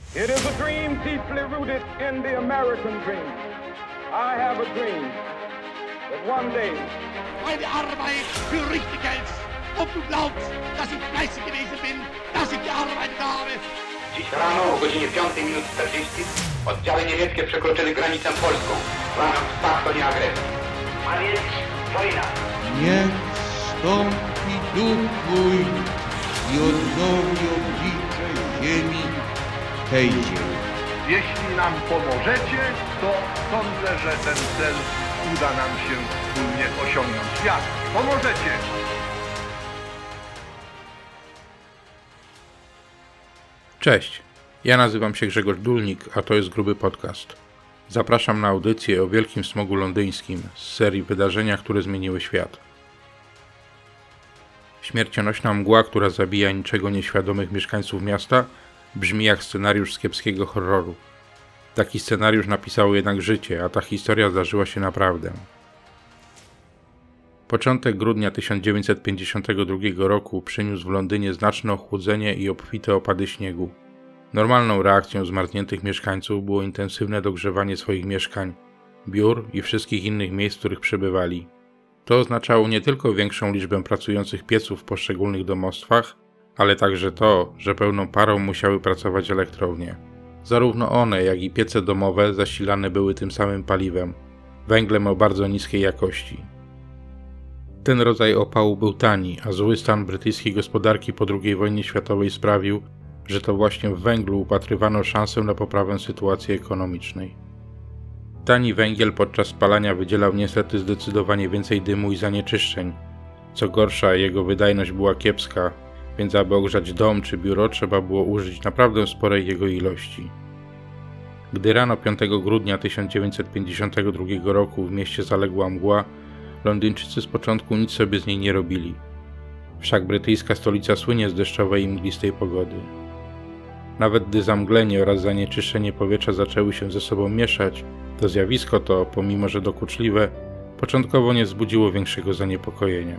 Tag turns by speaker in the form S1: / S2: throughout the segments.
S1: It is a dream deeply rooted in the American dream. I have a dream that one day
S2: meine Arbeit für richtig hältst und du glaubst, dass ich fleißig gewesen bin, dass ich gearbeitet habe.
S3: Dziś rano o godzinie 5:40 oddziały niemieckie przekroczyły granicę polską, łamiąc pakt o nieagresji. A więc wojna.
S4: Niech wstąpi duch Twój i odnowi oblicze ziemi, tej ziemi.
S5: Jeśli nam pomożecie, to sądzę, że ten cel uda nam się wspólnie osiągnąć. Jak pomożecie?
S6: Cześć, ja nazywam się Grzegorz Dulnik, a to jest Gruby Podcast. Zapraszam na audycję o wielkim smogu londyńskim z serii Wydarzenia, które zmieniły świat. Śmiercionośna mgła, która zabija niczego nieświadomych mieszkańców miasta, brzmi jak scenariusz z kiepskiego horroru. Taki scenariusz napisało jednak życie, a ta historia zdarzyła się naprawdę. Początek grudnia 1952 roku przyniósł w Londynie znaczne ochłodzenie i obfite opady śniegu. Normalną reakcją zmarzniętych mieszkańców było intensywne dogrzewanie swoich mieszkań, biur i wszystkich innych miejsc, w których przebywali. To oznaczało nie tylko większą liczbę pracujących pieców w poszczególnych domostwach, ale także to, że pełną parą musiały pracować elektrownie. Zarówno one, jak i piece domowe zasilane były tym samym paliwem, węglem o bardzo niskiej jakości. Ten rodzaj opału był tani, a zły stan brytyjskiej gospodarki po II wojnie światowej sprawił, że to właśnie w węglu upatrywano szansę na poprawę sytuacji ekonomicznej. Tani węgiel podczas spalania wydzielał niestety zdecydowanie więcej dymu i zanieczyszczeń. Co gorsza, jego wydajność była kiepska, więc aby ogrzać dom czy biuro trzeba było użyć naprawdę sporej jego ilości. Gdy rano 5 grudnia 1952 roku w mieście zaległa mgła, Londyńczycy z początku nic sobie z niej nie robili. Wszak brytyjska stolica słynie z deszczowej i mglistej pogody. Nawet gdy zamglenie oraz zanieczyszczenie powietrza zaczęły się ze sobą mieszać, to zjawisko to, pomimo że dokuczliwe, początkowo nie wzbudziło większego zaniepokojenia.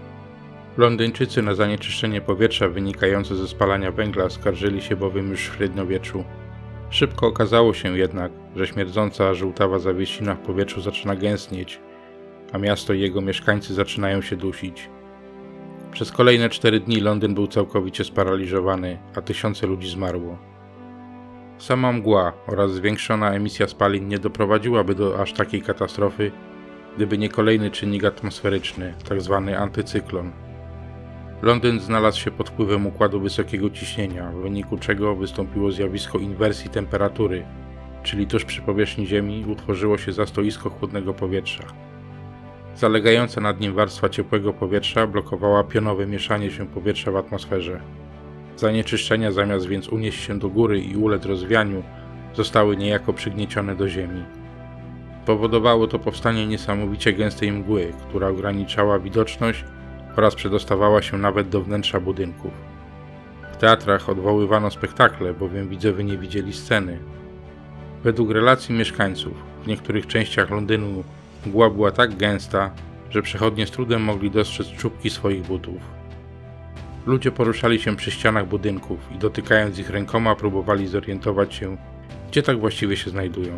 S6: Londyńczycy na zanieczyszczenie powietrza wynikające ze spalania węgla skarżyli się bowiem już w średniowieczu. Szybko okazało się jednak, że śmierdząca żółtawa zawiesina w powietrzu zaczyna gęstnieć, a miasto i jego mieszkańcy zaczynają się dusić. Przez kolejne 4 dni Londyn był całkowicie sparaliżowany, a tysiące ludzi zmarło. Sama mgła oraz zwiększona emisja spalin nie doprowadziłaby do aż takiej katastrofy, gdyby nie kolejny czynnik atmosferyczny, tzw. antycyklon. Londyn znalazł się pod wpływem układu wysokiego ciśnienia, w wyniku czego wystąpiło zjawisko inwersji temperatury, czyli tuż przy powierzchni Ziemi utworzyło się zastoisko chłodnego powietrza. Zalegająca nad nim warstwa ciepłego powietrza blokowała pionowe mieszanie się powietrza w atmosferze. Zanieczyszczenia zamiast więc unieść się do góry i ulec rozwianiu, zostały niejako przygniecione do ziemi. Powodowało to powstanie niesamowicie gęstej mgły, która ograniczała widoczność oraz przedostawała się nawet do wnętrza budynków. W teatrach odwoływano spektakle, bowiem widzowie nie widzieli sceny. Według relacji mieszkańców, w niektórych częściach Londynu mgła była tak gęsta, że przechodnie z trudem mogli dostrzec czubki swoich butów. Ludzie poruszali się przy ścianach budynków i dotykając ich rękoma próbowali zorientować się, gdzie tak właściwie się znajdują.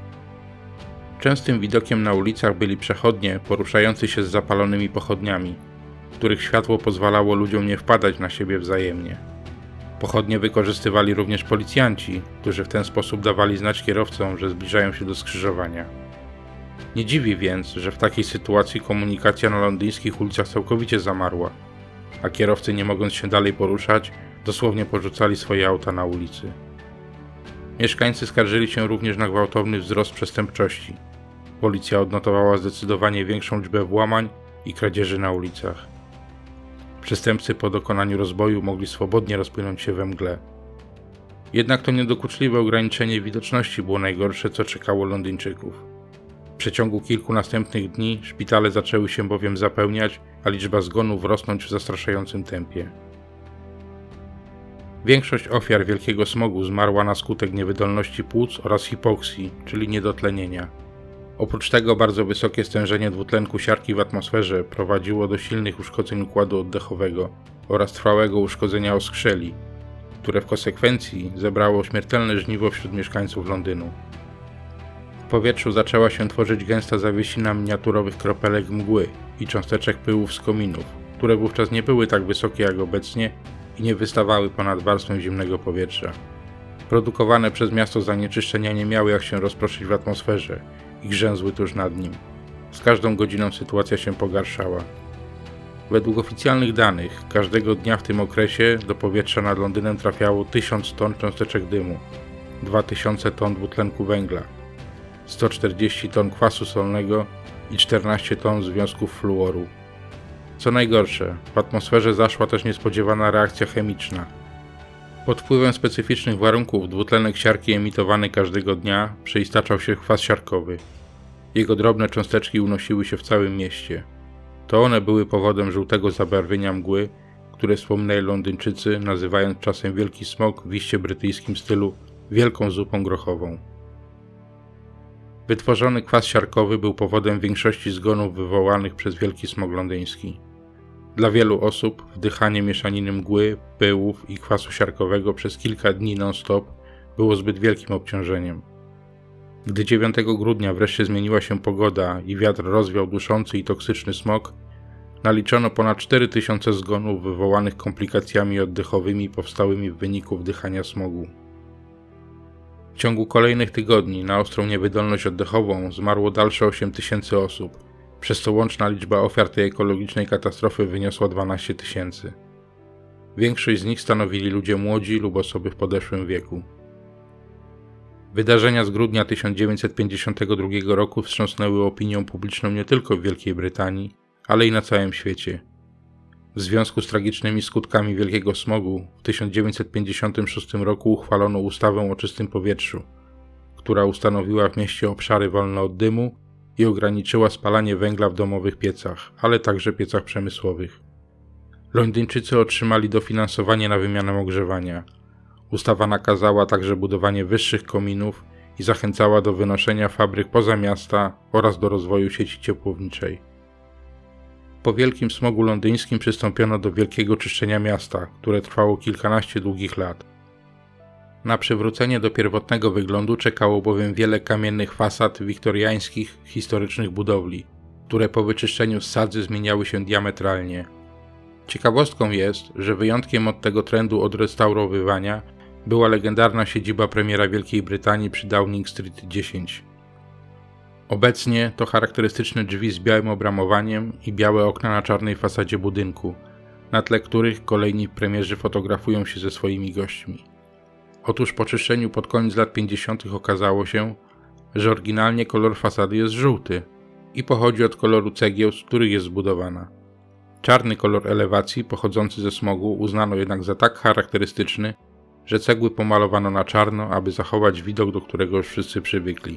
S6: Częstym widokiem na ulicach byli przechodnie poruszający się z zapalonymi pochodniami, których światło pozwalało ludziom nie wpadać na siebie wzajemnie. Pochodnie wykorzystywali również policjanci, którzy w ten sposób dawali znać kierowcom, że zbliżają się do skrzyżowania. Nie dziwi więc, że w takiej sytuacji komunikacja na londyńskich ulicach całkowicie zamarła, a kierowcy, nie mogąc się dalej poruszać, dosłownie porzucali swoje auta na ulicy. Mieszkańcy skarżyli się również na gwałtowny wzrost przestępczości. Policja odnotowała zdecydowanie większą liczbę włamań i kradzieży na ulicach. Przestępcy po dokonaniu rozboju mogli swobodnie rozpłynąć się we mgle. Jednak to niedokuczliwe ograniczenie widoczności było najgorsze, co czekało Londyńczyków. W przeciągu kilku następnych dni szpitale zaczęły się bowiem zapełniać, a liczba zgonów rosnąć w zastraszającym tempie. Większość ofiar wielkiego smogu zmarła na skutek niewydolności płuc oraz hipoksji, czyli niedotlenienia. Oprócz tego bardzo wysokie stężenie dwutlenku siarki w atmosferze prowadziło do silnych uszkodzeń układu oddechowego oraz trwałego uszkodzenia oskrzeli, które w konsekwencji zebrało śmiertelne żniwo wśród mieszkańców Londynu. W powietrzu zaczęła się tworzyć gęsta zawiesina miniaturowych kropelek mgły i cząsteczek pyłów z kominów, które wówczas nie były tak wysokie jak obecnie i nie wystawały ponad warstwę zimnego powietrza. Produkowane przez miasto zanieczyszczenia nie miały jak się rozproszyć w atmosferze i grzęzły tuż nad nim. Z każdą godziną sytuacja się pogarszała. Według oficjalnych danych, każdego dnia w tym okresie do powietrza nad Londynem trafiało 1000 ton cząsteczek dymu, 2000 ton dwutlenku węgla, 140 ton kwasu solnego i 14 ton związków fluoru. Co najgorsze, w atmosferze zaszła też niespodziewana reakcja chemiczna. Pod wpływem specyficznych warunków dwutlenek siarki emitowany każdego dnia przeistaczał się w kwas siarkowy. Jego drobne cząsteczki unosiły się w całym mieście. To one były powodem żółtego zabarwienia mgły, które wspominali Londyńczycy, nazywając czasem wielki smog w iście brytyjskim stylu wielką zupą grochową. Wytworzony kwas siarkowy był powodem większości zgonów wywołanych przez wielki smog londyński. Dla wielu osób wdychanie mieszaniny mgły, pyłów i kwasu siarkowego przez kilka dni non-stop było zbyt wielkim obciążeniem. Gdy 9 grudnia wreszcie zmieniła się pogoda i wiatr rozwiał duszący i toksyczny smog, naliczono ponad 4000 zgonów wywołanych komplikacjami oddechowymi powstałymi w wyniku wdychania smogu. W ciągu kolejnych tygodni na ostrą niewydolność oddechową zmarło dalsze 8000 osób, przez co łączna liczba ofiar tej ekologicznej katastrofy wyniosła 12 000. Większość z nich stanowili ludzie młodzi lub osoby w podeszłym wieku. Wydarzenia z grudnia 1952 roku wstrząsnęły opinią publiczną nie tylko w Wielkiej Brytanii, ale i na całym świecie. W związku z tragicznymi skutkami wielkiego smogu w 1956 roku uchwalono ustawę o czystym powietrzu, która ustanowiła w mieście obszary wolne od dymu i ograniczyła spalanie węgla w domowych piecach, ale także piecach przemysłowych. Londyńczycy otrzymali dofinansowanie na wymianę ogrzewania. Ustawa nakazała także budowanie wyższych kominów i zachęcała do wynoszenia fabryk poza miasta oraz do rozwoju sieci ciepłowniczej. Po wielkim smogu londyńskim przystąpiono do wielkiego czyszczenia miasta, które trwało kilkanaście długich lat. Na przywrócenie do pierwotnego wyglądu czekało bowiem wiele kamiennych fasad wiktoriańskich, historycznych budowli, które po wyczyszczeniu z sadzy zmieniały się diametralnie. Ciekawostką jest, że wyjątkiem od tego trendu odrestaurowywania była legendarna siedziba premiera Wielkiej Brytanii przy Downing Street 10. Obecnie to charakterystyczne drzwi z białym obramowaniem i białe okna na czarnej fasadzie budynku, na tle których kolejni premierzy fotografują się ze swoimi gośćmi. Otóż po czyszczeniu pod koniec lat 50. okazało się, że oryginalnie kolor fasady jest żółty i pochodzi od koloru cegieł, z których jest zbudowana. Czarny kolor elewacji pochodzący ze smogu uznano jednak za tak charakterystyczny, że cegły pomalowano na czarno, aby zachować widok, do którego już wszyscy przywykli.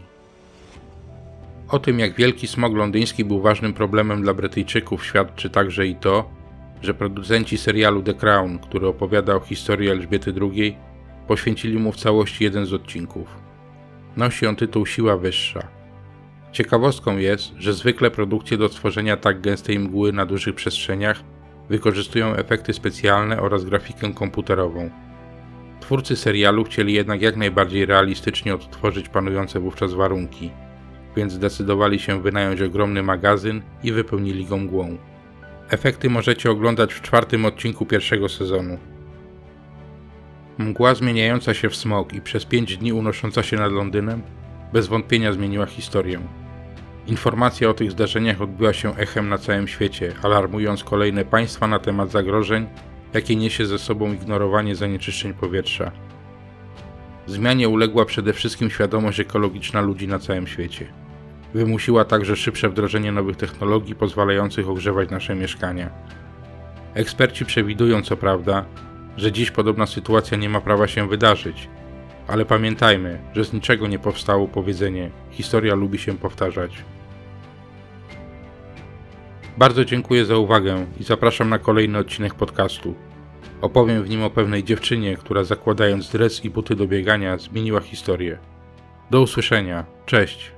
S6: O tym, jak wielki smog londyński był ważnym problemem dla Brytyjczyków, świadczy także i to, że producenci serialu The Crown, który opowiada o historii Elżbiety II, poświęcili mu w całości jeden z odcinków. Nosi on tytuł Siła Wyższa. Ciekawostką jest, że zwykle produkcje do stworzenia tak gęstej mgły na dużych przestrzeniach wykorzystują efekty specjalne oraz grafikę komputerową. Twórcy serialu chcieli jednak jak najbardziej realistycznie odtworzyć panujące wówczas warunki, więc zdecydowali się wynająć ogromny magazyn i wypełnili go mgłą. Efekty możecie oglądać w 4. odcinku pierwszego sezonu. Mgła zmieniająca się w smog i przez 5 dni unosząca się nad Londynem bez wątpienia zmieniła historię. Informacja o tych zdarzeniach odbyła się echem na całym świecie, alarmując kolejne państwa na temat zagrożeń, jakie niesie ze sobą ignorowanie zanieczyszczeń powietrza. Zmianie uległa przede wszystkim świadomość ekologiczna ludzi na całym świecie. Wymusiła także szybsze wdrożenie nowych technologii pozwalających ogrzewać nasze mieszkania. Eksperci przewidują co prawda, że dziś podobna sytuacja nie ma prawa się wydarzyć, ale pamiętajmy, że z niczego nie powstało powiedzenie historia lubi się powtarzać. Bardzo dziękuję za uwagę i zapraszam na kolejny odcinek podcastu. Opowiem w nim o pewnej dziewczynie, która zakładając dres i buty do biegania zmieniła historię. Do usłyszenia, cześć!